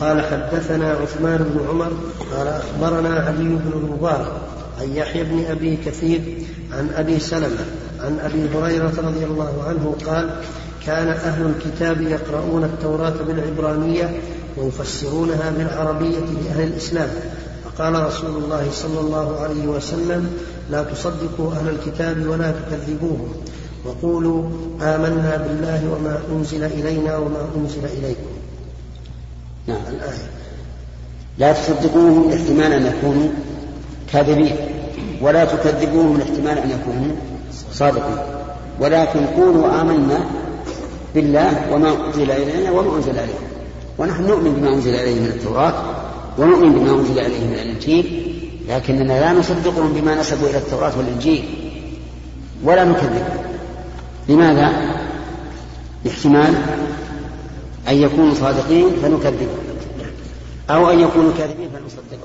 قال حدثنا عثمان بن عمر قال أخبرنا علي بن المبارك عن يحيى بن أبي كثير عن أبي سلمة عن أبي هريرة رضي الله عنه قال كان أهل الكتاب يقرؤون التوراة بالعبرانية ويفسرونها بالعربية لأهل الإسلام، فقال رسول الله صلى الله عليه وسلم لا تصدقوا أهل الكتاب ولا تكذبوهم وقولوا آمنا بالله وما أنزل إلينا وما أنزل إليكم. نعم. الآية لا تصدقوهم احتمال أن يكونوا كاذبين ولا تكذبوهم احتمال أن يكونوا صادقين، ولكن قولوا آمنا بالله وما أنزل إلينا وما أنزل إليكم، ونحن نؤمن بما أنزل إليه من التوراة ونؤمن بما أنزل إليه من الإنجيل، لكننا لا نصدقهم بما نسبوا إلى التوراة والإنجيل ولا نكذبهم. لماذا؟ احتمال أن يكونوا صادقين فنكذبهم، أو أن يكونوا كاذبين فنصدقهم،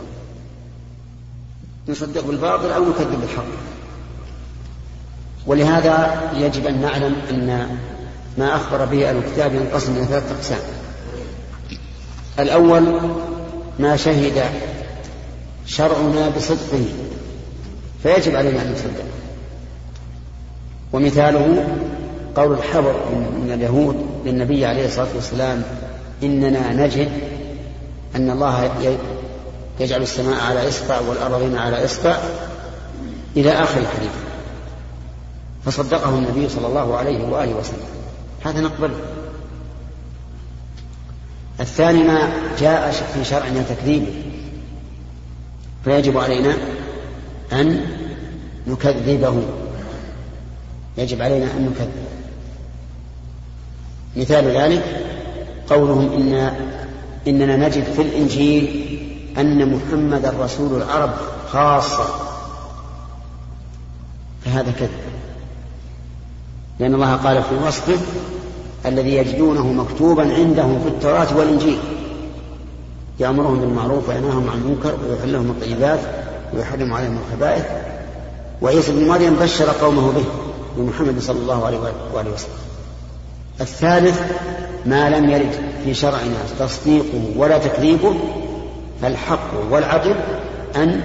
نصدق بالباطل أو نكذب بالحق. ولهذا يجب أن نعلم أن ما أخبر به أهل الكتاب ينقسم إلى 3 أقسام. الأول ما شهد شرعنا بصدقه فيجب علينا أن نصدقه، ومثاله قول الحبر من اليهود للنبي عليه الصلاة والسلام إننا نجد أن الله يجعل السماء على إصبع والأرضين على إصبع إلى آخر الحديث، فصدقه النبي صلى الله عليه وآله وسلم، هذا نقبله. الثاني ما جاء في شرعنا تكذيبه فيجب علينا أن نكذبه، يجب علينا أن نكذب. مثال ذلك قولهم إننا نجد في الإنجيل أن محمد رسول العرب خاصة، فهذا كذب، لأن الله قال في وصفه الذي يجدونه مكتوبا عندهم في التوراة والإنجيل يأمرهم بالمعروف وينهاهم عن المنكر ويحل لهم الطيبات ويحرم عليهم الخبائث. وعيسى بن مريم بشر قومه به بمحمد صلى الله عليه وآله وسلم. الثالث ما لم يرد في شرعنا تصديقه ولا تكذيبه، فالحق والعدل أن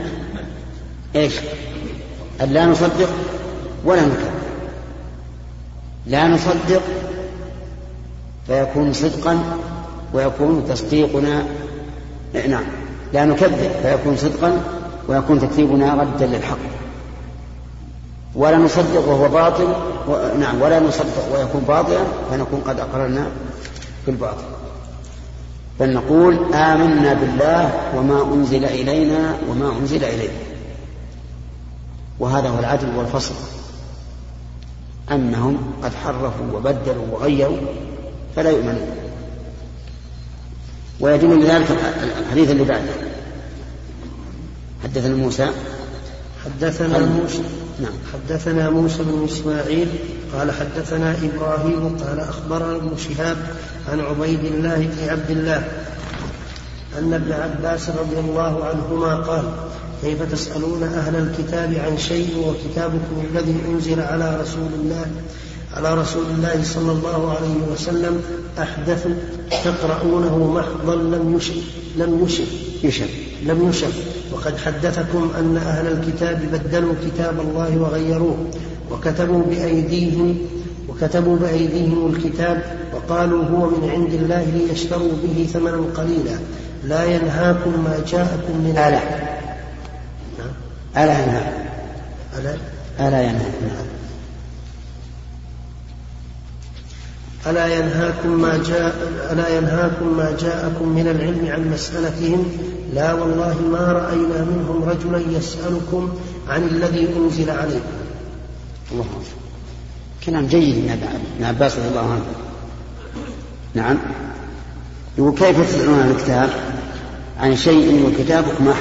لا نصدق ولا نكذب. لا نصدق فيكون صدقا ويكون تصديقنا لا نكذب فيكون صدقا ويكون تكذيبنا ردا للحق، ولا نصدق وهو باطل ولا نصدق ويكون باطلا فنكون قد أقررنا بالباطل. فنقول آمنا بالله وما أنزل إلينا وما أنزل إليكم، وهذا هو العدل والفصل. أنهم قد حرفوا وبدلوا وغيروا فلا يؤمنون. ويدل لذلك الحديث اللي بعده. حدثنا موسى حدثنا موسى بن إسماعيل قال حدثنا إبراهيم قال أخبرنا ابن شهاب عن عبيد الله بن عبد الله أن ابن عباس رضي الله عنهما قال كيف تسألون أهل الكتاب عن شيء وكتابكم الذي أنزل على رسول الله صلى الله عليه وسلم أحدث تقرؤونه محضا لم يشب وقد حدثكم أن أهل الكتاب بدلوا كتاب الله وغيروه وكتبوا بأيديهم الكتاب وقالوا هو من عند الله ليشتروا به ثمنا قليلا. لا ينهاكم ما جاءكم من ألا ينهاكم ما جاءكم من العلم عن مسألتهم. لا والله ما رأينا منهم رجلا يسألكم عن الذي أنزل عليكم. الله كلام جيد من ابن عباس رضي الله عنه. نعم. وكيف تسألون عن الكتاب عن شيء وكتابكم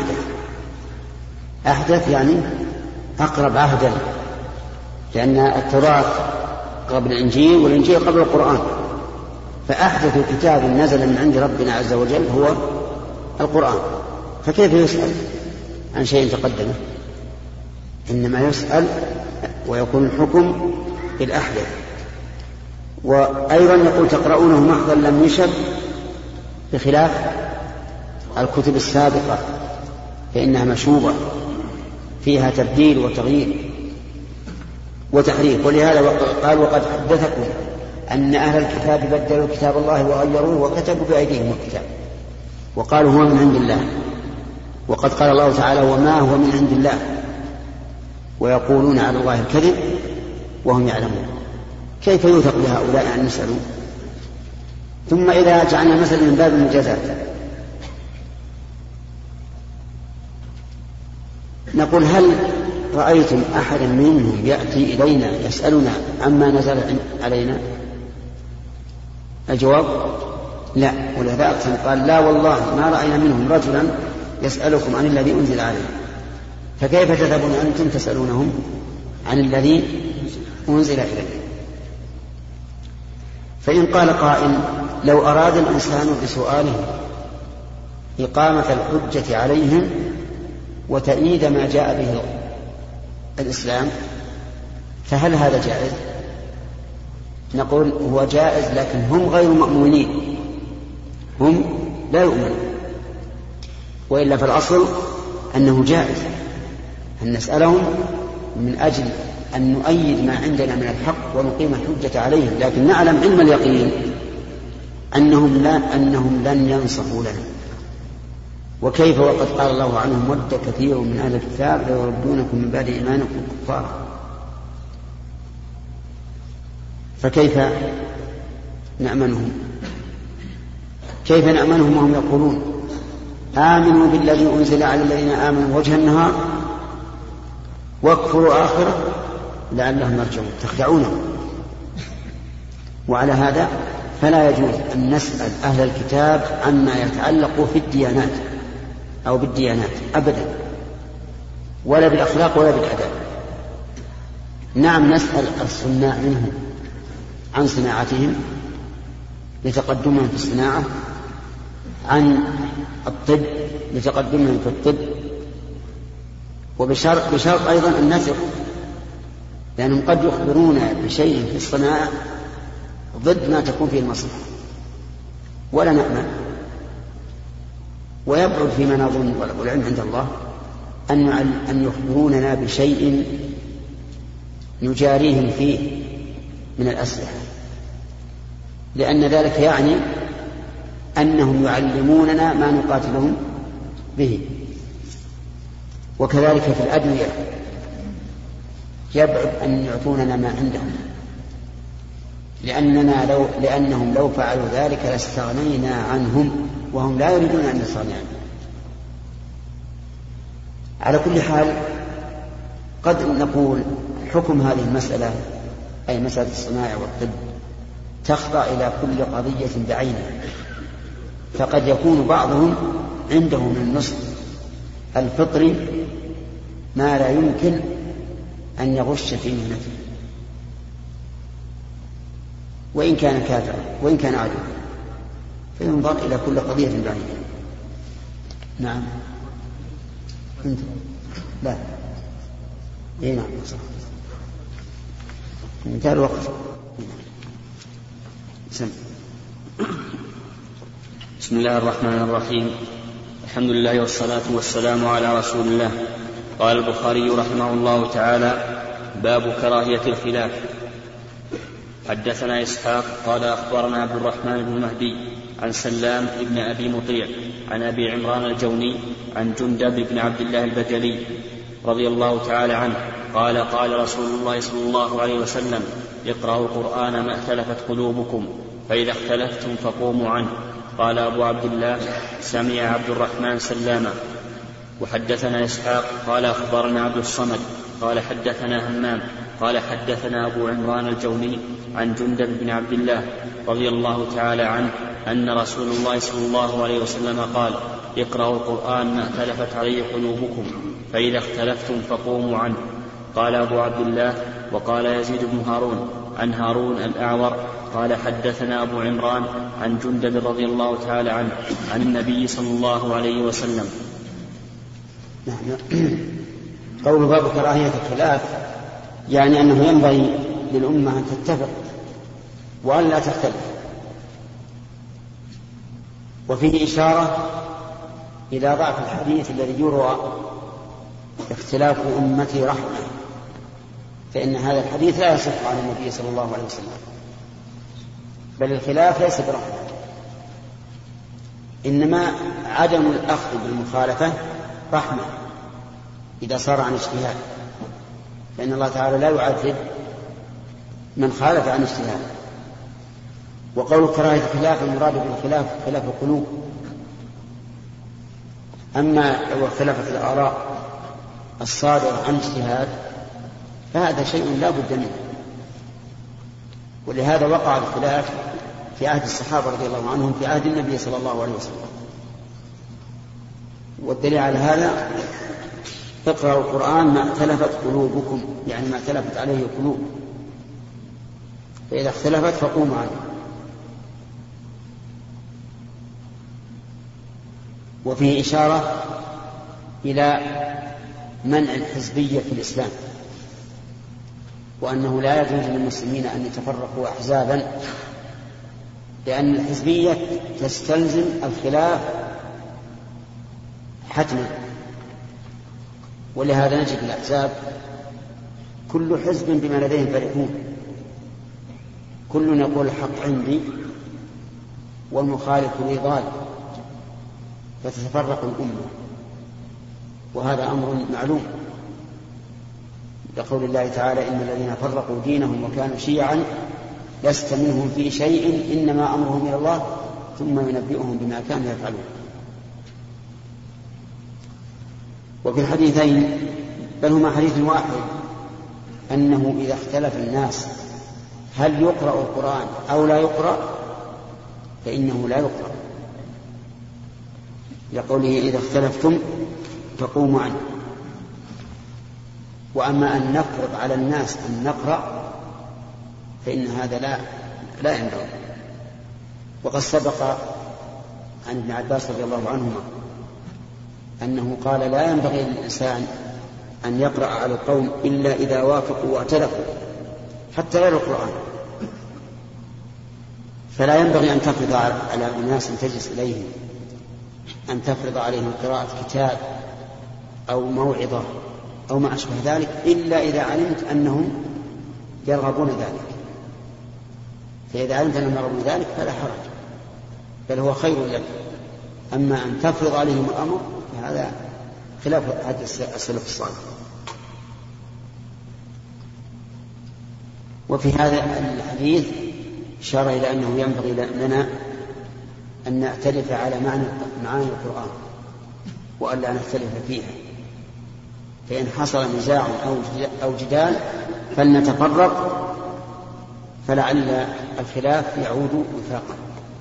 أحدث يعني أقرب عهدا، لأن التوراة قبل الإنجيل والإنجيل قبل القرآن، فأحدث كتاب نزل من عند ربنا عز وجل هو القرآن، فكيف يسأل عن شيء تقدمه؟ إنما يسأل ويكون الحكم بالأحدث. وأيضا يقول تقرؤونه محضا لم يشب بخلاف الكتب السابقة فإنها مشوبة فيها تبديل وتغيير وتحريف. ولهذا قال وقد حدثكم أن أهل الكتاب بدلوا كتاب الله وغيروه وكتبوا بأيديهم الكتاب وقالوا هو من عند الله، وقد قال الله تعالى وما هو من عند الله، ويقولون على الله الكذب وهم يعلمون. كيف يوثق بهؤلاء أن يسألوا؟ ثم إذا جعلنا مثلا من باب المجازات نقول هل رأيتم أحدا منهم يأتي إلينا يسألنا عما نزل علينا؟ الجواب لا. ولهذا أقسم قال لا والله ما رأينا منهم رجلا يسألكم عن الذي أنزل عليه. فكيف تذهبون أنتم تسألونهم عن الذي أنزل إليه؟ فإن قال قائل لو أراد الإنسان بسؤاله إقامة الحجة عليهم وتأييد ما جاء به الإسلام فهل هذا جائز؟ نقول هو جائز، لكن هم غير مأمونين، هم لا يؤمنون، وإلا فالأصل أنه جائز أن نسألهم من أجل أن نؤيد ما عندنا من الحق ونقيم الحجة عليهم، لكن نعلم علم اليقين أنهم لن ينصفوا لنا. وكيف وقد قال الله عنهم ود كثير من أهل الكتاب ليردونكم من بعد إيمانكم كفارا. فكيف نأمنهم؟ كيف نأمنهم وهم يقولون آمنوا بالذي أنزل على الذين آمنوا وجه النهار واكفروا آخره لعلهم يرجعون؟ تخدعونهم. وعلى هذا فلا يجوز أن نسأل أهل الكتاب عما يتعلق في الديانات أو بالديانات أبدا، ولا بالأخلاق ولا بالأداب. نعم نسأل الصناع منهم عن صناعتهم لتقدمهم في الصناعة، عن الطب لتقدمهم في الطب، وبشرط أيضا أن نثق، لأنهم قد يخبرون بشيء في الصناعة ضد ما تكون فيه المصلحة ولا نأمن. ويبعد فيما نظن والعلم عند الله أن يخبروننا بشيء نجاريهم فيه من الأسلحة، لأن ذلك يعني أنهم يعلموننا ما نقاتلهم به. وكذلك في الأدوية يبعد أن يعطوننا ما عندهم، لأنهم لو فعلوا ذلك لاستغنينا عنهم، وهم لا يريدون أن نستغني عنهم. على كل حال قد نقول حكم هذه المسألة أي مسألة الصناعة والطب تخضع إلى كل قضية بعينها، فقد يكون بعضهم عنده من النصح الفطري ما لا يمكن أن يغش في مهنته وإن كان كافرا وإن كان عدوا، فينظر إلى كل قضية بعينها. نعم أنت لا إيه نعم صح انتهى الوقت. بسم الله الرحمن الرحيم، الحمد لله والصلاة والسلام على رسول الله. قال البخاري رحمه الله تعالى: باب كراهية الخلاف. حدثنا إسحاق قال أخبرنا عبد الرحمن بن مهدي عن سلام بن أبي مطيع عن أبي عمران الجوني عن جندب بن عبد الله البجلي رضي الله تعالى عنه قال: قال رسول الله صلى الله عليه وسلم: اقرأوا القرآن ما اختلفت قلوبكم، فإذا اختلفتم فقوموا عنه. قال أبو عبد الله: سمع عبد الرحمن سلاما. وحدثنا إسحاق قال أخبرنا عبد الصمد قال حدثنا همام قال حدثنا أبو عمران الجوني عن جندب بن عبد الله رضي الله تعالى عنه أن رسول الله صلى الله عليه وسلم قال: اقرأوا القرآن ما اختلفت عليه قلوبكم، فإذا اختلفتم فقوموا عنه. قال أبو عبد الله: وقال يزيد بن هارون عن هارون الأعور قال حدثنا أبو عمران عن جندب رضي الله تعالى عنه عن النبي صلى الله عليه وسلم. قول باب كراهية الخلاف يعني أنه ينبغي للأمة أن تتفق وأن لا تختلف، وفيه إشارة إلى ضعف الحديث الذي يروى اختلاف أمتي رحمة، فإن هذا الحديث لا يصح عن النبي صلى الله عليه وسلم، بل الخلاف ليس برحمة، إنما عدم الأخذ بالمخالفة رحمة إذا صار عن اجتهاد، فإن الله تعالى لا يعذب من خالف عن اجتهاد. وقول كراهة الخلاف المراد بالخلاف خلاف القلوب، أما لو اختلفت الآراء الصادرة عن اجتهاد فهذا شيء لا بد منه. ولهذا وقع الخلاف في عهد الصحابة رضي الله عنهم في عهد النبي صلى الله عليه وسلم. والدليل على هذا اقرأوا القرآن ما اختلفت قلوبكم، يعني ما اختلفت عليه القلوب، فإذا اختلفت فقوموا عنه. وفيه إشارة إلى منع الحزبية في الإسلام، وأنه لا يجوز للمسلمين أن يتفرقوا أحزابا، لأن الحزبية تستلزم الخلاف حتما. ولهذا نجد الأحزاب كل حزب بما لديهم فرحون، كل يقول الحق عندي والمخالف لي ضال، فتتفرق الأمة، وهذا أمر معلوم، لقول الله تعالى إن الذين فرقوا دينهم وكانوا شيعا لست منهم في شيء إنما أمرهم إلى الله ثم ينبئهم بما كانوا يفعلون. وفي الحديثين بل هما حديث واحد أنه إذا اختلف الناس هل يقرأ القرآن أو لا يقرأ فإنه لا يقرأ، لقوله إذا اختلفتم فقوموا عنه. وأما أن نفرض على الناس أن نقرأ فإن هذا لا ينبغي. وقد سبق عن ابن عباس رضي الله عنهما أنه قال لا ينبغي للإنسان أن يقرأ على القوم إلا إذا وافقوا واعترفوا حتى غير القرآن، فلا ينبغي أن تفرض على أناس تجلس إليهم أن تفرض عليهم قراءة كتاب أو موعظة أو ما أشبه ذلك إلا إذا علمت أنهم يرغبون ذلك، فإذا علمت أنهم يرغبون ذلك فلا حرج، بل هو خير لك. أما أن تفرض عليهم الأمر فهذا خلاف هدي السلف الصالح. وفي هذا الحديث إشارة إلى أنه ينبغي لنا أن نعترف على معاني القرآن وألا نختلف فيها، فإن حصل نزاع أو جدال فلنتفرق فلعل الخلاف يعود وفاقا.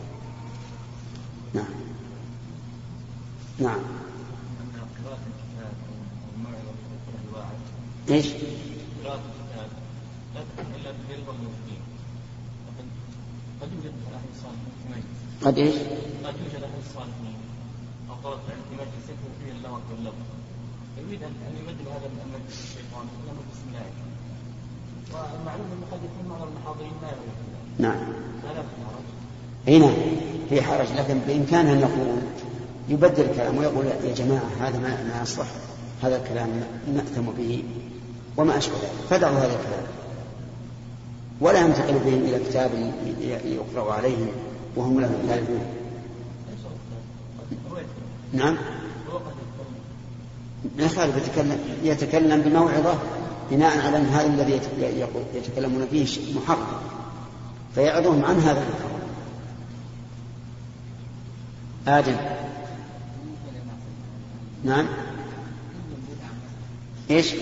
نعم نعم. ايش؟ قراءة الكتاب لا تكون إلا برضا المسلمين، قد يوجد أهل الصالحين قد ايش؟ قد يوجد أهل الصالحين أو طرف الاعتماد يسكن فيه اللغة واللغة، يريد أن يبدل هذا من مجلس الشيطان إلى مجلس الله، والمعلوم أنه قد يكون معظم المحاضرين ما يعرفون. نعم. هذا في حرج. هنا في حرج، لكن بإمكانه أن يقول يبدل الكلام ويقول يا جماعة هذا ما يصلح، هذا الكلام نأتم به وما أشبه ذلك، فدعوا هذا الكلام ولا ينتقل بهم إلى كتاب يقرأ عليهم وهم لهم كاذبون. نعم. لا خالف يتكلم بموعظة بناء على أن هذا الذي يتكلمون فيه محرم، فيعظهم عن هذا المحرم. آدم. نعم. إيش؟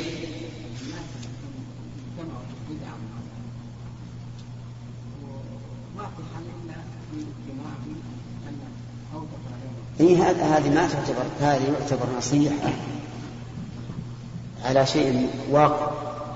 هذه ما تعتبر، هذه يعتبر نصيحة على شيء واقع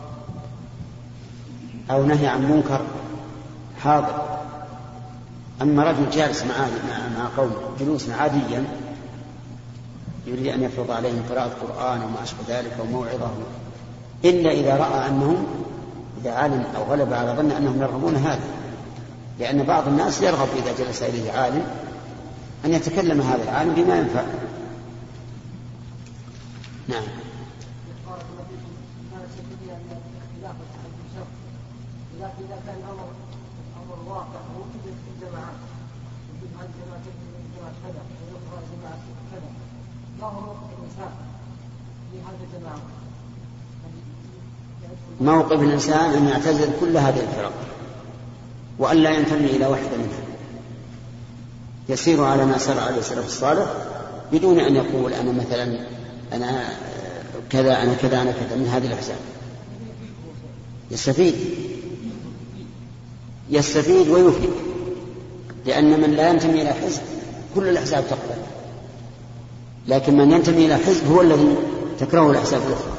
أو نهي عن منكر حاضر. أما رجل جالس مع قوم جلوسا عاديا يريد أن يفرض عليهم قراءة قرآن وما أشبه ذلك أو موعظة، إلا إذا رأى أنهم إذا علم أو غلب على ظن أنهم يرغبون هذا، لأن بعض الناس يرغب إذا جلس إليه عالم أن يتكلم هذا العالم بما ينفع، نعم. إذا كان الأمر واقع وجد في الجماعات وجد هذه الجماعة كذا ويقرأ جماعة كذا، ما هو موقف الإنسان في هذه الجماعة؟ موقف الإنسان أن يعتزل كل هذه الفرق وأن لا ينتمي إلى واحدة منها، يسير على ما سار عليه السلف الصالح بدون أن يقول أنا مثلا أنا كذا أنا كذا أنا كذا من هذه الأحزاب. يستفيد ويفيد، لأن من لا ينتمي إلى حزب كل الأحزاب تقبل، لكن من ينتمي إلى حزب هو الذي تكرهه الأحزاب الأخرى.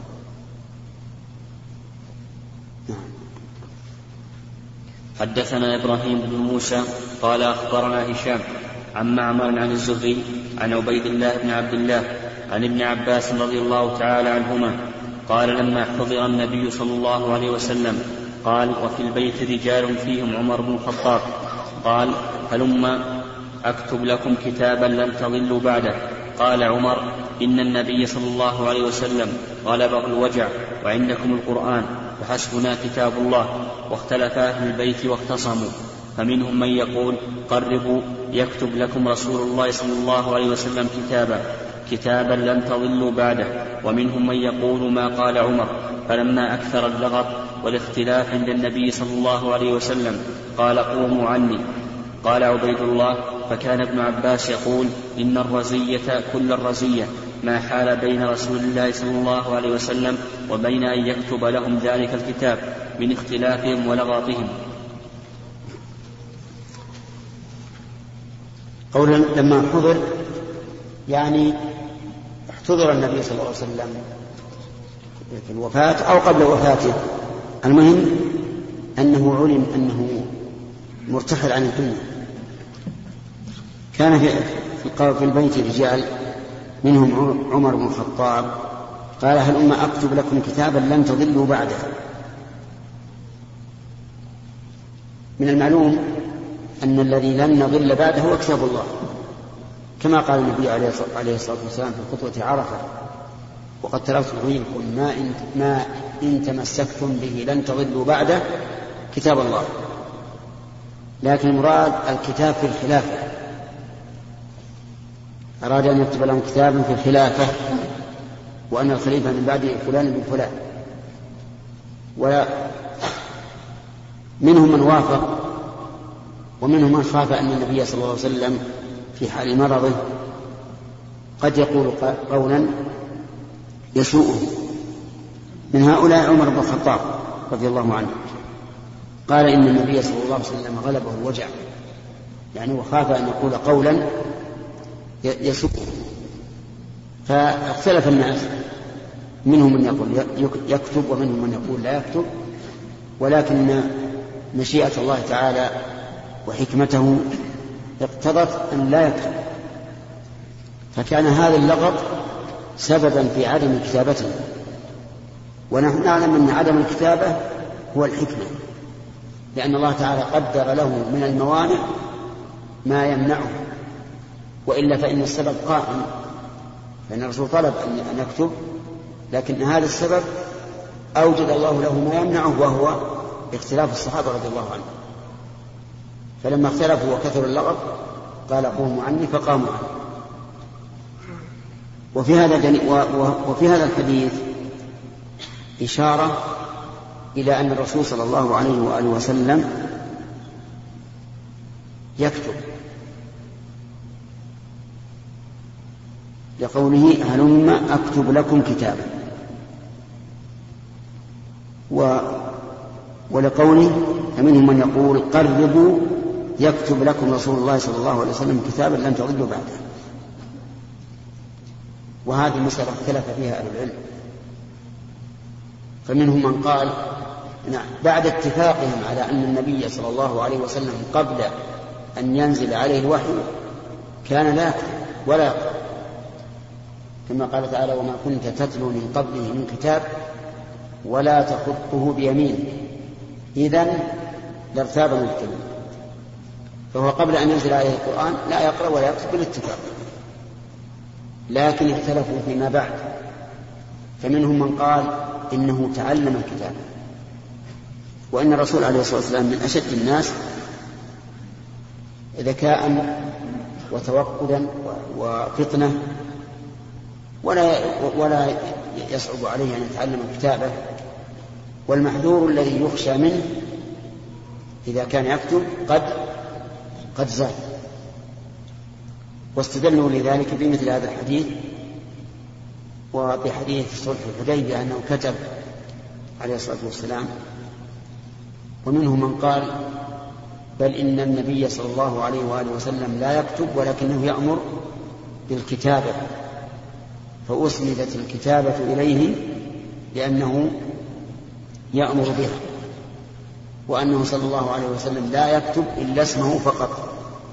حدثنا إبراهيم بن موسى قال أخبرنا هشام عن معمر عن الزهري عن عبيد الله بن عبد الله عن ابن عباس رضي الله تعالى عنهما قال لما حضر النبي صلى الله عليه وسلم قال وفي البيت رجال فيهم عمر بن الخطاب قال هلما أكتب لكم كتابا لن تضلوا بعده. قال عمر إن النبي صلى الله عليه وسلم غلبه الوجع وعندكم القرآن وحسبنا كتاب الله. واختلف أهل البيت واختصموا، فمنهم من يقول قربوا يكتب لكم رسول الله صلى الله عليه وسلم كتابا لن تضلوا بعده، ومنهم من يقول ما قال عمر. فلما أكثر اللغط والاختلاف عند النبي صلى الله عليه وسلم قال قوموا عني. قال عبيد الله فكان ابن عباس يقول إن الرزية كل الرزية ما حال بين رسول الله صلى الله عليه وسلم وبين أن يكتب لهم ذلك الكتاب من اختلافهم ولغطهم. قولا لما حضر يعني احتضر النبي صلى الله عليه وسلم في الوفاة أو قبل وفاته، المهم أنه علم أنه مرتحل عن الدنيا. كان في البيت رجال منهم عمر بن الخطاب قال هلما أكتب لكم كتابا لن تضلوا بعده. من المعلوم أن الذي لن نضل بعده هو كتاب الله، كما قال النبي عليه الصلاة والسلام في خطبة عرفة وقد تركت فيكم ما إن تمسكتم به لن تضلوا بعده كتاب الله. لكن المراد الكتاب في الخلافة، أراد أن يكتب لهم كتابا في الخلافة وأن الخليفة من بعد فلان بن فلان. ومنهم من وافق ومنهم من خاف أن النبي صلى الله عليه وسلم في حال مرضه قد يقول قولا يسوءه. من هؤلاء عمر بن الخطاب رضي الله عنه قال إن النبي صلى الله عليه وسلم غلبه الوجع، يعني وخاف أن يقول قولا يسوءه. فاختلف الناس، منهم من يقول يكتب ومنهم من يقول لا يكتب، ولكن مشيئة الله تعالى وحكمته اقتضت أن لا يكتب، فكان هذا اللغط سببا في عدم كتابته. ونحن نعلم أن عدم الكتابة هو الحكمة، لأن الله تعالى قدر له من الموانع ما يمنعه، وإلا فإن السبب قائم، فإن الرسول طلب أن يكتب، لكن هذا السبب أوجد الله له ما يمنعه وهو اختلاف الصحابة رضي الله عنهم. فلما اختلفوا وكثروا اللغط قال قوموا عني فقاموا عنه. وفي هذا الحديث إشارة إلى أن الرسول صلى الله عليه وآله وسلم يكتب، لقوله هلما أكتب لكم كتابا، ولقوله فمنهم من يقول قربوا يكتب لكم رسول الله صلى الله عليه وسلم كتابا لن تضلوا بعده. وهذه مسألة اختلف فيها أهل العلم، فمنهم من قال بعد اتفاقهم على أن النبي صلى الله عليه وسلم قبل أن ينزل عليه الوحي كان لا يكتب ولا يقرأ، كما قال تعالى وما كنت تتلو من قبله من كتاب ولا تخطه بيمينه إذن لارتاب المبطلون. فهو قبل أن ينزل عليه القرآن لا يقرأ ولا يكتب بالاتفاق، لكن اختلفوا فيما بعد فمنهم من قال إنه تعلم الكتاب، وإن الرسول عليه الصلاة والسلام من أشد الناس ذكاء وتوقدا وفطنة، ولا يصعب عليه أن يتعلم الكتابة، والمحذور الذي يخشى منه إذا كان يكتب قد زاد. واستدلوا لذلك بمثل هذا الحديث وبحديث صلح الحديبية أنه كتب عليه الصلاة والسلام. ومنهم من قال بل إن النبي صلى الله عليه وآله وسلم لا يكتب ولكنه يأمر بالكتابة، فأسندت الكتابة إليه لأنه يأمر بها، وأنه صلى الله عليه وسلم لا يكتب إلا اسمه فقط.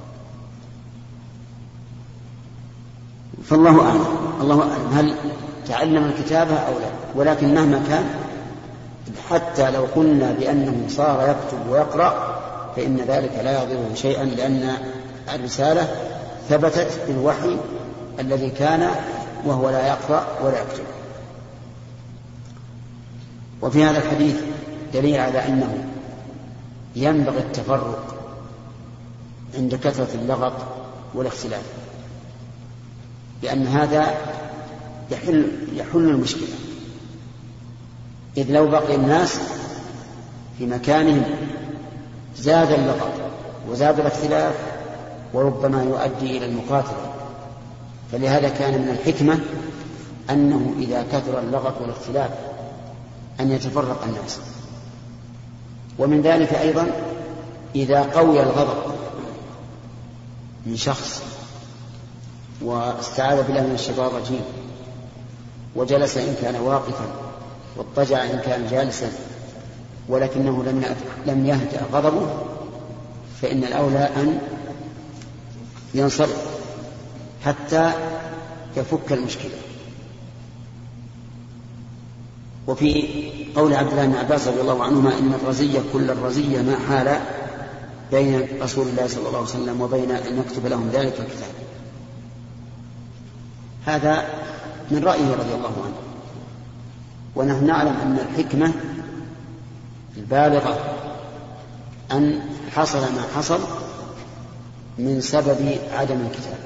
فالله أعلم، الله أعلم هل تعلم الكتابة أو لا. ولكن مهما كان، حتى لو قلنا بأنه صار يكتب ويقرأ فإن ذلك لا يضره شيئا، لأن الرسالة ثبتت بالوحي الذي كان وهو لا يقرأ ولا يكتب. وفي هذا الحديث دليل على أنه ينبغي التفرق عند كثرة اللغط والاختلاف، لأن هذا يحل المشكلة. إذ لو بقي الناس في مكانهم زاد اللغط وزاد الاختلاف وربما يؤدي إلى المقاتلة. فلهذا كان من الحكمة أنه إذا كثر اللغط والاختلاف أن يتفرق الناس. ومن ذلك أيضا إذا قوي الغضب من شخص واستعاذ بالله من الشيطان الرجيم وجلس إن كان واقفا واضطجع إن كان جالسا ولكنه لم يهدأ غضبه، فإن الأولى أن ينصرف حتى يفك المشكلة. وفي قول عبد الله بن عباس رضي الله عنهما إن الرزية كل الرزية ما حال بين رسول الله صلى الله عليه وسلم وبين أن يكتب لهم ذلك الكتاب. هذا من رأيه رضي الله عنه. ونحن نعلم أن الحكمة البالغة أن حصل ما حصل من سبب عدم الكتابة،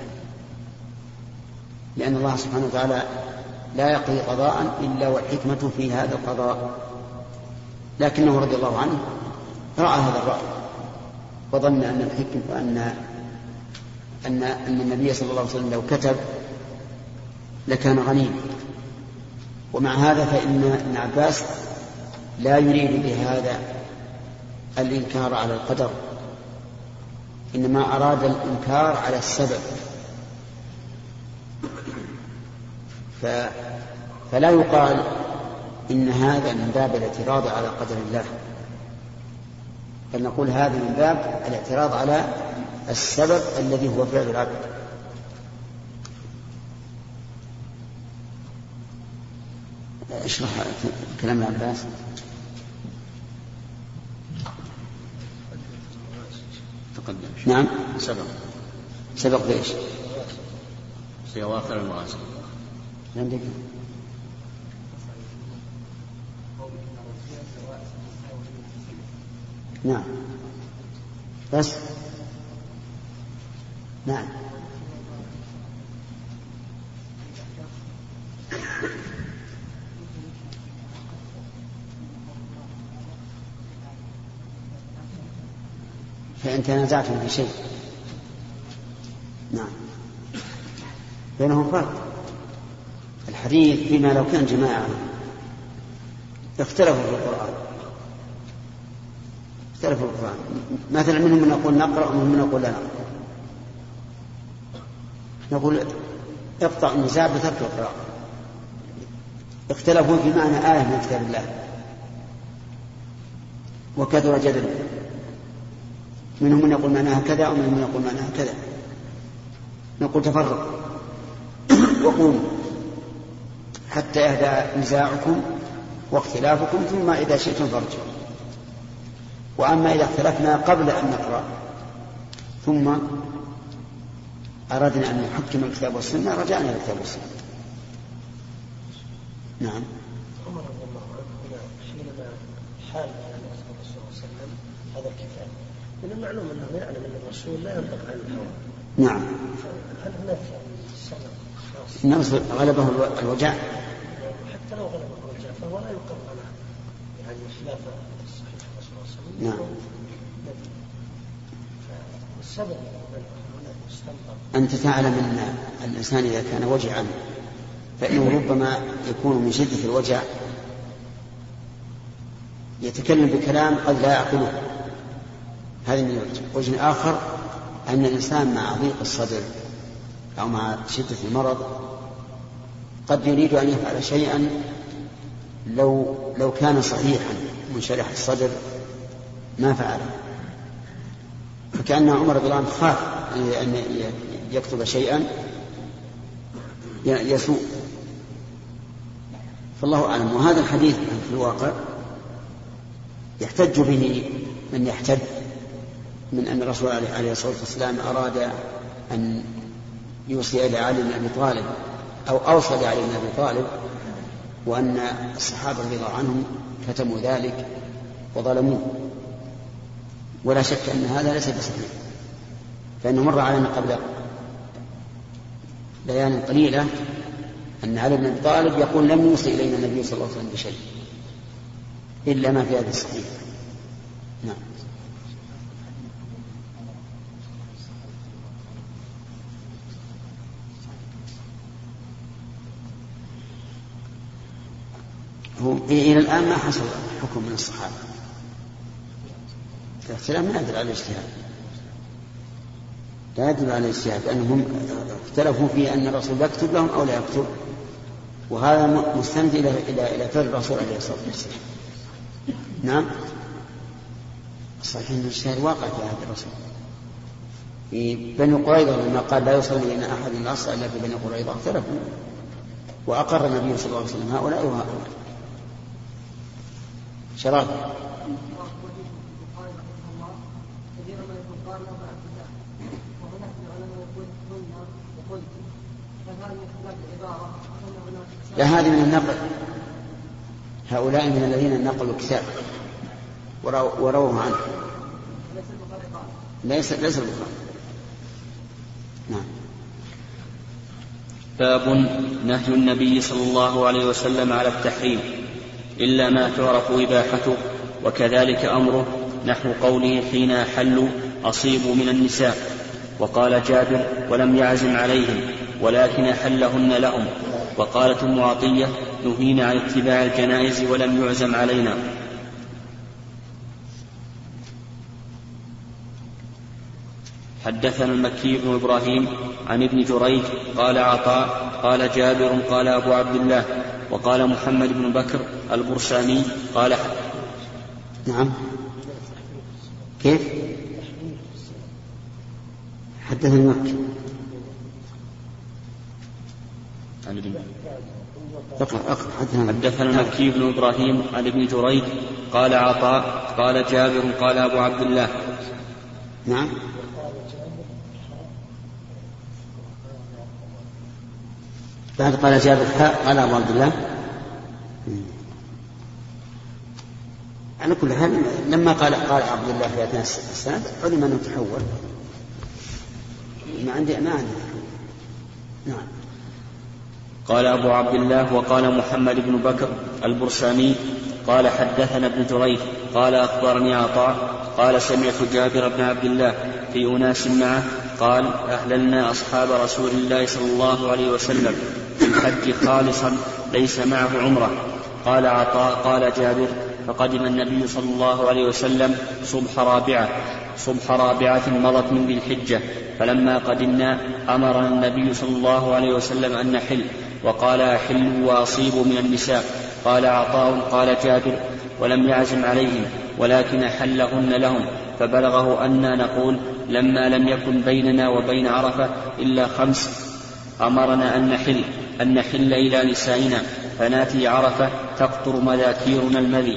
لأن الله سبحانه وتعالى لا يقضي قضاء إلا والحكمة في هذا القضاء. لكنه رضي الله عنه رأى هذا الرأي وظن أن الحكمة أن النبي صلى الله عليه وسلم لو كتب لكان غنيما. ومع هذا فإن ابن عباس لا يريد بهذا الإنكار على القدر، إنما أراد الإنكار على السبب. فلا يقال إن هذا من باب الاعتراض على قدر الله، بل نقول هذا من باب الاعتراض على السبب الذي هو فعل العبد. اشرح كلام ابن عباس. تقدم. نعم. سبق بإيش؟ في أواخر المواسم. عندك. نعم. بس. نعم. فإن تنازعتم في شيء، نعم، بينهم فرق. الحديث فيما لو كان جماعة اختلفوا في القرآن، مثلا منهم من يقول نقرأ ومنهم من يقول لا نقرأ. نقول اقطع النزاع بترك القراءة. اختلفوا في معنى آية من كتاب الله وكثر جدل، منهم من يقول معناها كذا ومنهم من يقول معناها كذا. نقول تفرق وقوموا حتى يهدى نزاعكم واختلافكم، ثم إذا شئتم فارجعوا. وأما إذا اختلفنا قبل أن نقرأ ثم أردنا أن نحكم الكتاب والسنة رجعنا إلى الكتاب والسنة. نعم. عمر رضي الله عنه حينما حال على الرسول صلى الله عليه وسلم هذا الكتاب، من المعلوم أنه يعلم أن الرسول لا ينطق عن الهوى. نعم. هل هناك سبب خاص؟ غلبه الوجع. حتى لو غلبه الوجع فهو لا يقر له يعني خلاف الصحيح الرسول صلى الله عليه وسلم. نعم. فالصبر أنت تعلم أن الإنسان إذا كان وجعا فإنه ربما يكون من شدة الوجع يتكلم بكلام قد لا يعقله. هذا من وجه آخر أن الإنسان مع ضيق الصدر أو مع شدة المرض قد يريد أن يفعل شيئا لو كان صحيحا منشرح الصدر ما فعله. فكأن عمر رضي الله عنه خاف أن يكتب شيئا يسوء، فالله أعلم. وهذا الحديث في الواقع يحتج به من يحتج من أن الرسول عليه الصلاة والسلام أراد أن يوصي إلى علي بن أبي طالب أو أوصى لعلي بن أبي طالب، وأن الصحابة رضي الله عنهم كتموا ذلك وظلموه. ولا شك أن هذا ليس بصحيح، فإنه مر علينا قبل ليال قليلة أن علي بن أبي طالب يقول لم يوصي إلينا النبي صلى الله عليه وسلم بشيء إلا ما في هذا الصحيح. نعم. هو إلى الآن ما حصل حكم من الصحابة، الاختلاف ما يدل على الاجتهاد، لا يدل على الاجتهاد، لأنهم اختلفوا في أن الرسول يكتب لهم أو لا يكتب، وهذا مستند إلى فعل الرسول عليه الصلاة والسلام. نعم. صحيح أن الاجتهاد واقع في عهد الرسول. في بني قريظة لما قال لا يصلي لنا أحد العصر إلا في بني قريظة اختلفوا، وأقر النبي صلى الله عليه وسلم هؤلاء وهؤلاء. شراب. لا، هذه من النقل، هؤلاء من الذين نقلوا الكتاب ورووا عنه، ليس البخاري. نعم. باب نهي النبي صلى الله عليه وسلم على التحريم إلا ما تعرف إباحته، وكذلك أمره نحو قوله حين حلوا أصيبوا من النساء. وقال جابر ولم يعزم عليهم ولكن أحلهن لهم. وقالت أم عطية نهينا عن اتباع الجنائز ولم يعزم علينا. حدثنا المكي بن إبراهيم عن ابن جريج قال عطاء قال جابر قال أبو عبد الله. وقال محمد بن بكر البرساني قال نعم. كيف؟ حدثنا المكي حدثنا المكي بن إبراهيم عن ابن جريج قال عطاء قال جابر قال أبو عبد الله. نعم. بعد قال جابر قال أبو عبد الله. على كل حال لما قال عبد الله في أثناء السند علم أنه تحول. ما عندي. نعم. قال أبو عبد الله. وقال محمد بن بكر البرساني قال حدثنا ابن جريج قال أخبرني عطاء قال سمعت جابر بن عبد الله في أناس معه قال أهللنا أصحاب رسول الله صلى الله عليه وسلم في الحج خالصا ليس معه عمره. قال عطاء قال جابر فقدم النبي صلى الله عليه وسلم صبح رابعة مضت من ذي الحجة. فلما قدمنا أمرنا النبي صلى الله عليه وسلم أن نحل، وقال أحلوا وأصيبوا من النساء. قال عطاء قال جابر ولم يعزم عليهم ولكن أحلهن لهم. فبلغه أننا نقول لما لم يكن بيننا وبين عرفة إلا 5 أمرنا أن نحل إلى نسائنا فناتي عرفة تقطر مذاكيرنا المذي.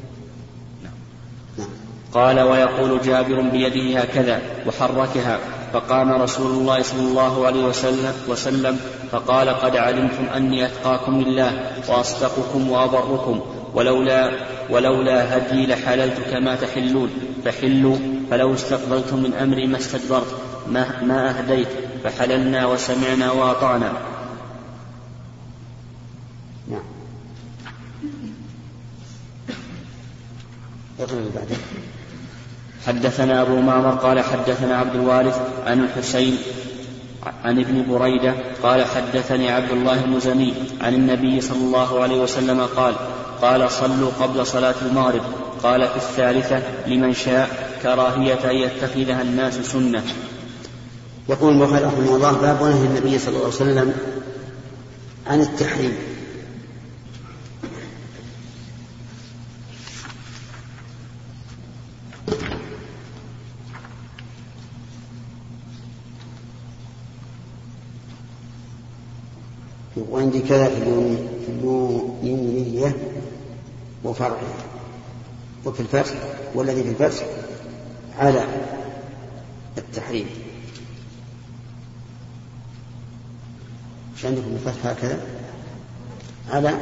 قال ويقول جابر بيده هكذا وحركها فقام رسول الله صلى الله عليه وسلم فقال قد علمتم أني أتقاكم لله وأصدقكم وأبركم، ولولا هدي لحللت كما تحلون، فحلوا، فلو استقبلتم من أمري ما استدبرت ما أهديت، فحللنا وسمعنا وأطعنا. نعم. حدثنا أبو معمر قال حدثنا عبد الوارث عن الحسين عن ابن بريدة قال حدثني عبد الله المزني عن النبي صلى الله عليه وسلم قال صلوا قبل صلاة المغرب. قال في الثالثة لمن شاء كراهية أن يتخذها الناس سنة. يقول البخاري رحمه الله باب نهي النبي صلى الله عليه وسلم عن التحريم. وعندي كذا في اليمينية وفرعه، وفي الفتح والذي في الفتح على التحريم. مش عندكم الفتح هكذا على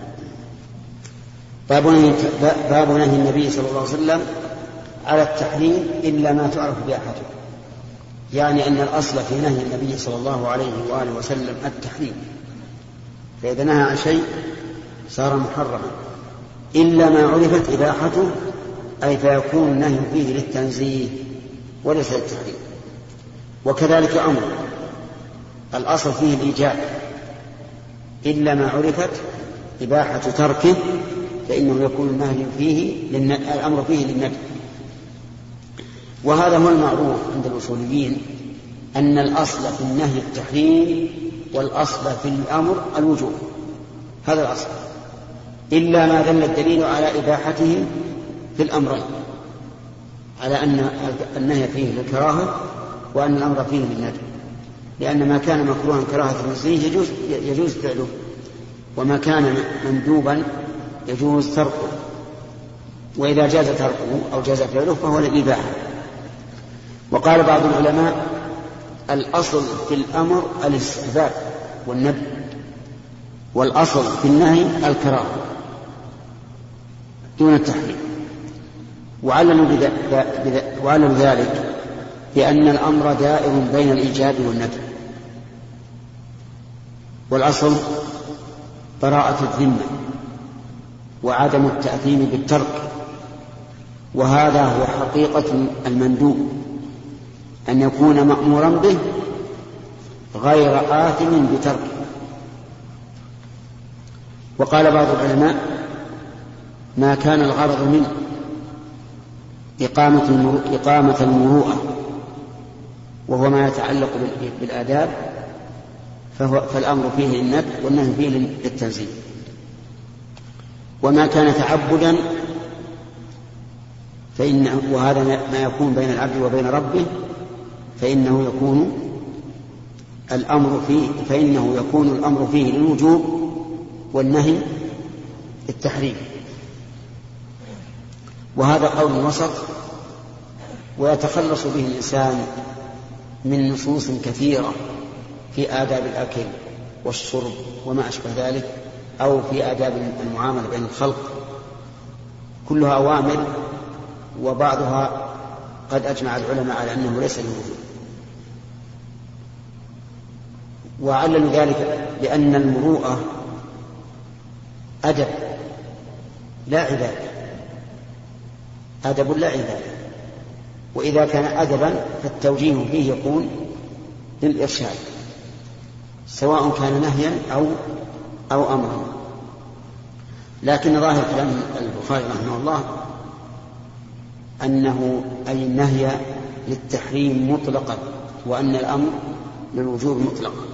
باب نهي النبي صلى الله عليه وسلم على التحريم إلا ما تعرف بأحده، يعني أن الأصل في نهي النبي صلى الله عليه وآله وسلم التحريم، فإذا نهى عن شيء صار محرما إلا ما عرفت إباحته، أي فيكون النهي فيه للتنزيه وليس للتحريم. وكذلك أمر الأصل فيه الإيجاب إلا ما عرفت إباحة تركه، فإنه يكون النهي فيه الأمر فيه للندب. وهذا هو المعروف عند الأصوليين أن الأصل في النهي التحريم والأصل في الأمر الوجوب، هذا الأصل، إلا ما دل الدليل على إباحته في الأمرين، على أن النهي فيه للكراهة وأن الأمر فيه للندب، لأن ما كان مكروها كراهة النزيه يجوز فعله، وما كان مندوبا يجوز تركه، وإذا جاز تركه أو جاز فعله فهو للإباحة. وقال بعض العلماء الأصل في الأمر الاستحباب والندب، والأصل في النهي الكراهة دون التحريم، وعللوا ذلك بأن الأمر دائر بين الإيجاب والندب، والأصل براءة الذمة وعدم التأثيم بالترك، وهذا هو حقيقة المندوب، أن يكون مأمورا به غير آثم بتركه. وقال بعض العلماء ما كان الغرض منه إقامة المروءة، وهو ما يتعلق بالآداب، فالأمر فيه للندب والنهي فيه للتنزيه. وما كان تعبدا وهذا ما يكون بين العبد وبين ربه فإنه يكون الأمر فيه للوجوب والنهي التحريم. وهذا قول وسط، ويتخلص به الإنسان من نصوص كثيرة في آداب الأكل والشرب وما أشبه ذلك، أو في آداب المعاملة بين الخلق، كلها أوامر، وبعضها قد أجمع العلماء على أنه ليس للوجوب. وعللوا ذلك بأن المروءة أدب لا عبادة، أدب لا عبادة، وإذا كان أدبا فالتوجيه فيه يكون للإرشاد، سواء كان نهيا أو أمرا. لكن ظاهر كلام البخاري رحمه الله أنه أي النهي للتحريم مطلقا، وأن الأمر للوجوب مطلقا.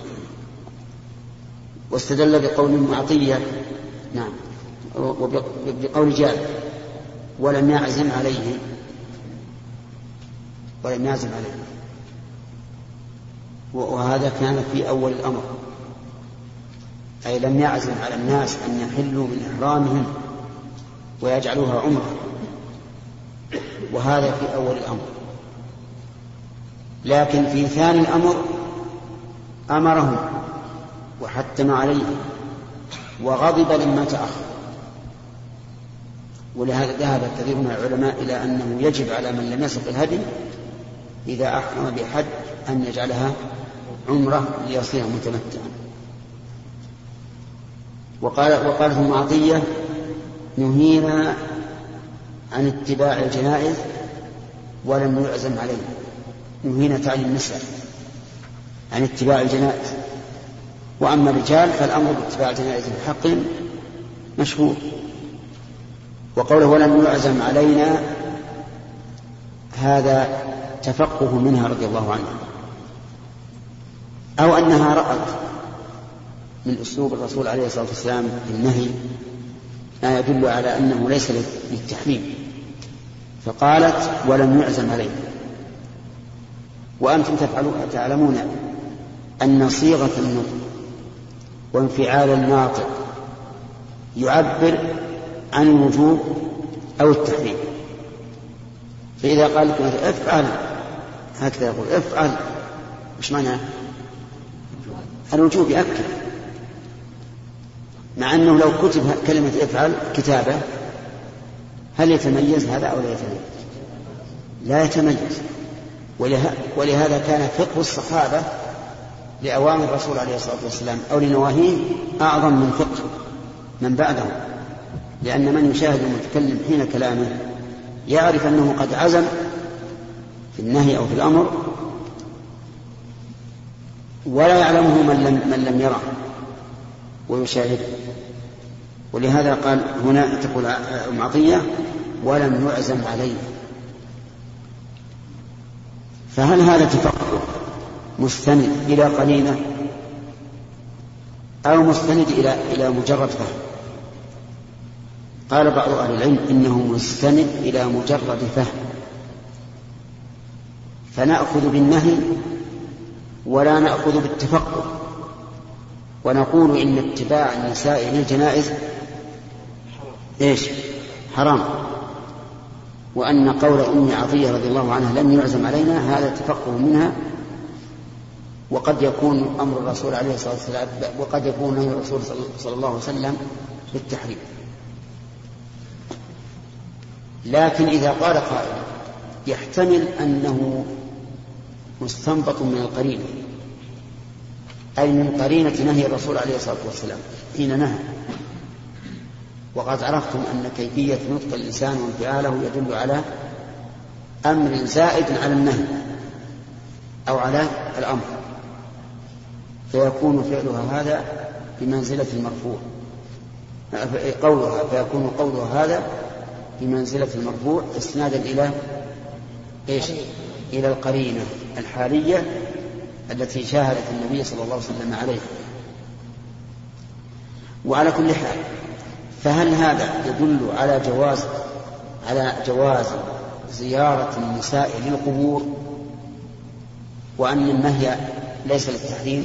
واستدل بقول معطية نعم وبقول جابر ولم يعزم عليه، وهذا كان في أول الأمر، أي لم يعزم على الناس أن يحلوا من إحرامهم ويجعلوها عمرة، وهذا في أول الأمر. لكن في ثاني الأمر أمرهم وحتم عليهم وغضب لما تأخر. ولهذا ذهب كثير من العلماء إلى أنه يجب على من لم يسق الهدي إذا أحرم بحج أن يجعلها عمرة ليصير متمتعا. وقالت ابن عطية: نهينا عن اتباع الجنائز ولم يعزم علينا. نهينا تعني النساء عن اتباع الجنائز، وأما الرجال فالأمر باتباع الجنائز بحق مشهور. وقوله ولم يعزم علينا هذا تفقه منها رضي الله عنها، أو أنها رأت من أسلوب الرسول عليه الصلاة والسلام في النهي ما يدل على أنه ليس للتحريم، فقالت ولم يعزم علينا. وأنتم تعلمون أن صيغة النطق وانفعال الناطق يعبر عن الوجوب أو التحريم. فإذا قال لكم افعل، هكذا يقول افعل، مش معناه الوجوب يأكد، مع أنه لو كتب كلمة افعل كتابة هل يتميز هذا أو لا يتميز؟ لا يتميز. ولهذا كان فقه الصحابة لأوامر الرسول عليه الصلاة والسلام أو لنواهيه أعظم من فقه من بعده، لأن من يشاهد المتكلم حين كلامه يعرف أنه قد عزم في النهي أو في الأمر، ولا يعلمه من لم يره ويشاهده. ولهذا قال هنا تقول أم عطية ولم يعزم عليه. فهل هذا تفقه مستند إلى قرينة أو مستند إلى مجرد فهم؟ قال بعض أهل العلم إنه مستند إلى مجرد فهم، فنأخذ بالنهي ولا نأخذ بالتفقه، ونقول إن اتباع النساء للجنائز حرام، وأن قول أم عطية رضي الله عنها لم يعزم علينا هذا تفقه منها، وقد يكون أمر الرسول عليه الصلاة والسلام وقد يكون نهي الرسول صلى الله عليه وسلم بالتحريم. لكن إذا قال قائل يحتمل أنه مستنبط من القرينة، أي من قرينة نهي الرسول عليه الصلاة والسلام حين نهى. وقد عرفتم أن كيفية نطق الإنسان وانفعاله يدل على أمر زائد على النهي أو على الأمر، فيكون فعلها هذا بمنزلة المرفوع، فيكون قولها هذا بمنزلة المرفوع استنادا إلى إلى القرينة الحالية التي شاهدت النبي صلى الله عليه وسلم عليها. وعلى كل حال فهل هذا يدل على جواز زيارة النساء للقبور وأن النهي ليس للتحريم؟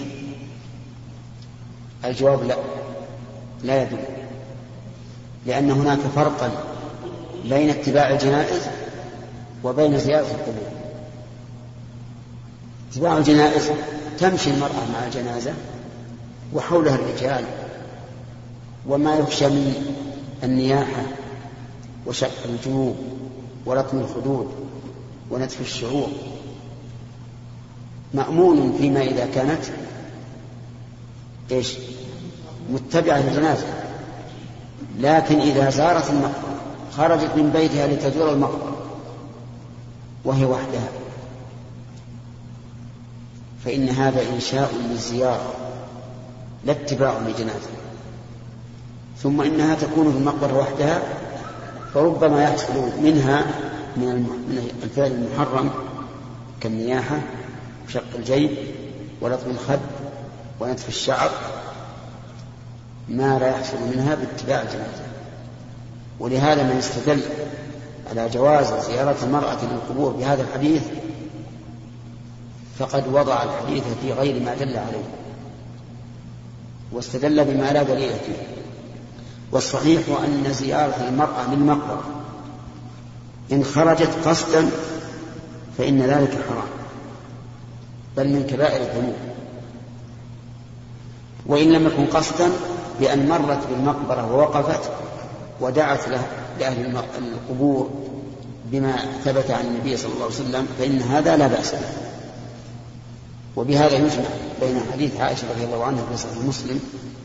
الجواب لا يدل، لأن هناك فرقا بين اتباع الجنائز وبين زيارة القبور. اتباع الجنائز تمشي المرأة مع الجنازة وحولها الرجال، وما يخشى من النياحة وشق الجيوب ولطم الخدود ونتف الشعور مأمون فيما إذا كانت متبعة للجنازة. لكن إذا زارت المقبرة خرجت من بيتها لتزور المقبرة وهي وحدها فإن هذا إنشاء للزيارة لا اتباع لجنازة. ثم إنها تكون في المقبرة وحدها، فربما يحصل منها من الفعل المحرم كالنياحة وشق الجيب ولطم الخد ونتف الشعر ما لا يحصل منها باتباع الجنازة. ولهذا من استدل على جواز زيارة المرأة للقبور بهذا الحديث فقد وضع الحديث في غير ما دل عليه واستدل بما لا دليل فيه. والصحيح أن زيارة المرأة للمقبرة إن خرجت قصدا فإن ذلك حرام، بل من كبائر الذنوب. وإن لم يكن قصدا بأن مرت بالمقبرة ووقفت ودعت لأهل القبور بما ثبت عن النبي صلى الله عليه وسلم فإن هذا لا بأس به. وبهذا يجمع بين حديث عائشة رضي الله عنها في صحيح مسلم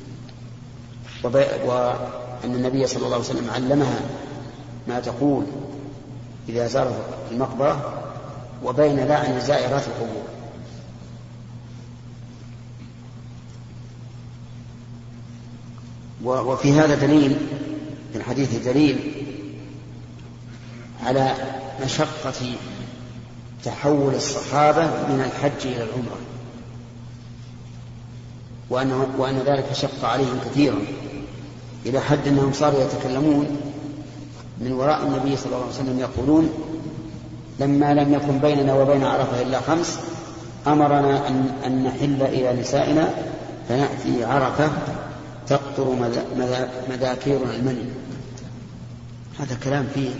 وأن النبي صلى الله عليه وسلم علمها ما تقول إذا زارت المقبرة وبين لعن زائرات القبور. وفي هذا دليل، في الحديث دليل على مشقة تحول الصحابة من الحج إلى العمرة، وأن ذلك شق عليهم كثيرا إلى حد أنهم صاروا يتكلمون من وراء النبي صلى الله عليه وسلم يقولون: لما لم يكن بيننا وبين عرفة إلا 5 أمرنا أن نحل إلى نسائنا فنأتي عرفة تقطر مذاكيرنا المني. هذا كلام فيه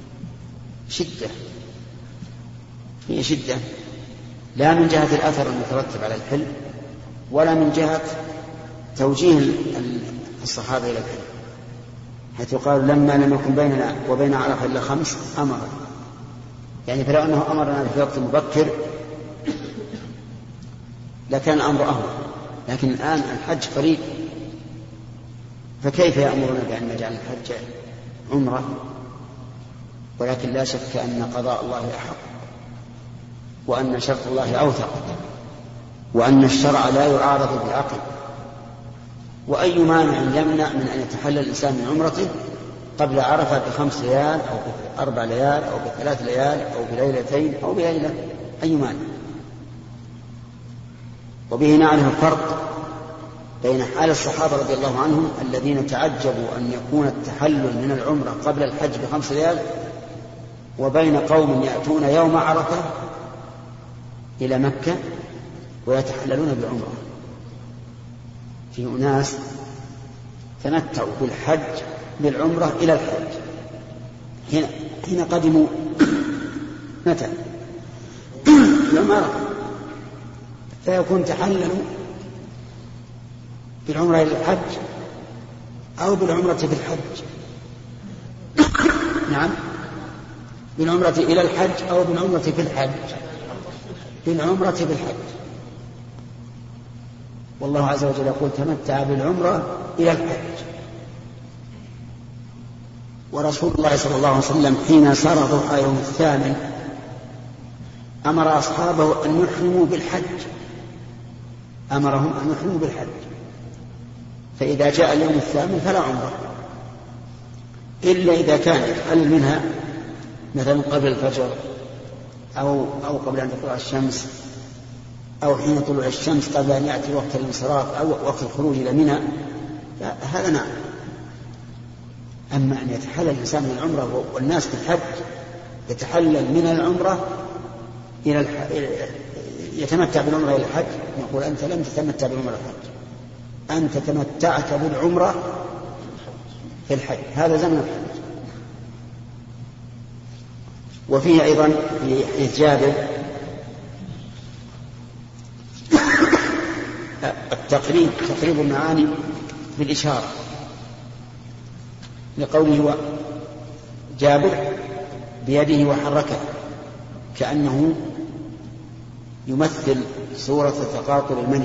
شدة لا من جهة الأثر المترتب على الحل ولا من جهة توجيه الصحابة إلى الحل، حيث قالوا: لما لم يكن بيننا وبين عرفة إلا 5 أمر، يعني فلو أنه أمرنا في وقت مبكر لكان الأمر أهون، لكن الآن الحج قريب، فكيف يأمرنا بأن نجعل الحج عمرة؟ ولكن لا شك أن قضاء الله أحق، وأن شرط الله أوثق، وأن الشرع لا يعارض بالعقل. وأي مانع يمنع من أن يتحلل الإنسان من عمرته قبل عرفة ب5 ليال أو ب4 ليال أو ب3 ليال أو بليلتين أو بليلة؟ أي مانع؟ وبه نعرف الفرق بين حال الصحابة رضي الله عنهم الذين تعجبوا أن يكون التحلل من العمرة قبل الحج ب5 ليال، وبين قوم يأتون يوم عرفة إلى مكة ويتحللون بالعمرة. في أناس تمتعوا بالحج بالعمرة إلى الحج، حين قدموا متى؟ يوم عرفة، فيكون تحللوا بالعمرة إلى الحج أو بالعمرة في الحج. نعم، بالعمرة إلى الحج أو بالعمرة في الحج، بالعمرة في الحج. والله عز وجل يقول: تمتع بالعمرة إلى الحج. ورسول الله صلى الله عليه وسلم حين سار ضحى يوم 8 أمر أصحابه أن يحرموا بالحج، أمرهم أن يحرموا بالحج، فإذا جاء اليوم 8 فلا عمرة، إلا إذا كان يتحلل منها مثلا قبل الفجر أو قبل أن تطلع الشمس أو حين طلوع الشمس قبل أن يأتي وقت الانصراف أو وقت الخروج إلى منى، هذا نعم. أما أن يتحلل الإنسان من العمرة والناس في الحج يتحلل من العمرة إلى يتمتع بالعمرة إلى الحج، نقول: أنت لم تتمتع بالعمرة الحج، أنت تمتعت بالعمرة في الحج، هذا زمن الحج. وفيه أيضا في حديث جابر تقريب المعاني بالإشارة، لقوله جابر بيده وحركه كأنه يمثل صورة تقاطر المني.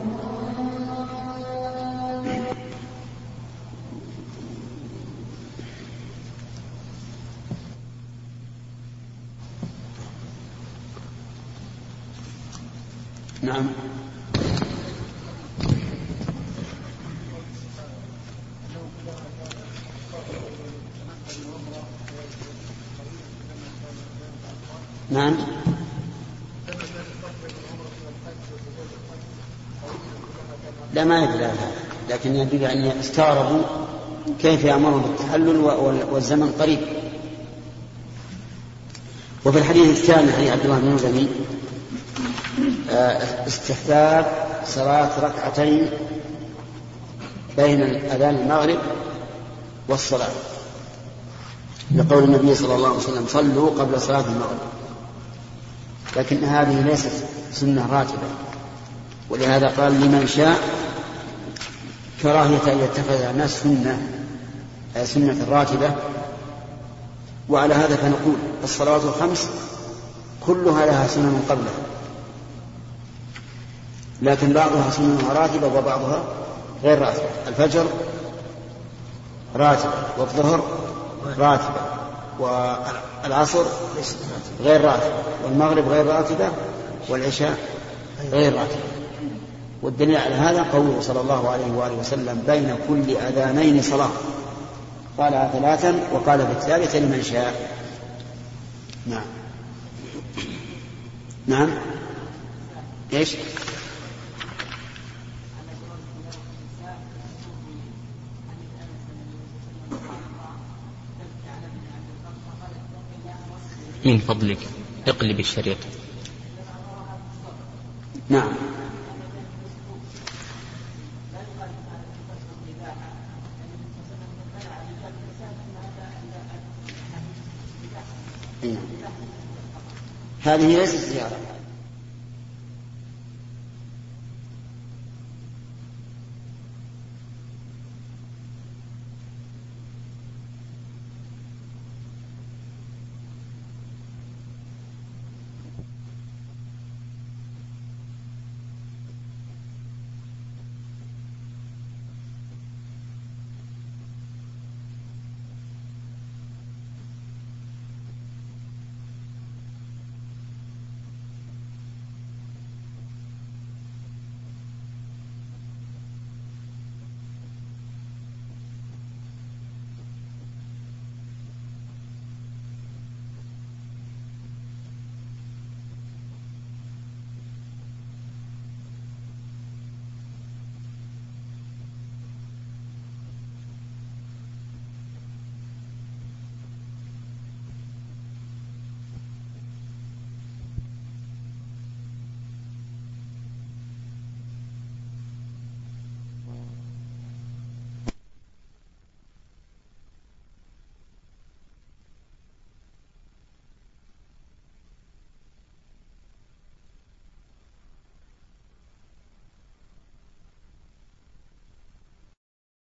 نعم. نعم. لا، ما يدل على هذا، لكن يدل أن استغربوا كيف يأمرون بالتحلل والزمن قريب. وفي الحديث الثاني حديث عبد الله بن مزني استحباب صلاة ركعتين بين أذان المغرب والصلاة، لقول النبي صلى الله عليه وسلم: صلوا قبل صلاة المغرب. لكن هذه ليست سنة راتبة، ولهذا قال لمن شاء كراهية أن يتخذ الناس سنة راتبة. وعلى هذا فنقول الصلوات الخمس كلها لها سنن قبلها، لكن بعضها سننها راتبة وبعضها غير راتبة. الفجر راتبة، والظهر راتبة، والعصر غير راتبة، والمغرب غير راتبة، والعشاء غير راتبة. والدليل على هذا قوله صلى الله عليه وآله وسلم بين كل أذانين صلاة، قالها 3 وقال في الثالثة لمن شاء. نعم. نعم. ايش؟ من فضلك اقلب الشريط. نعم. هذه ليست زيارة،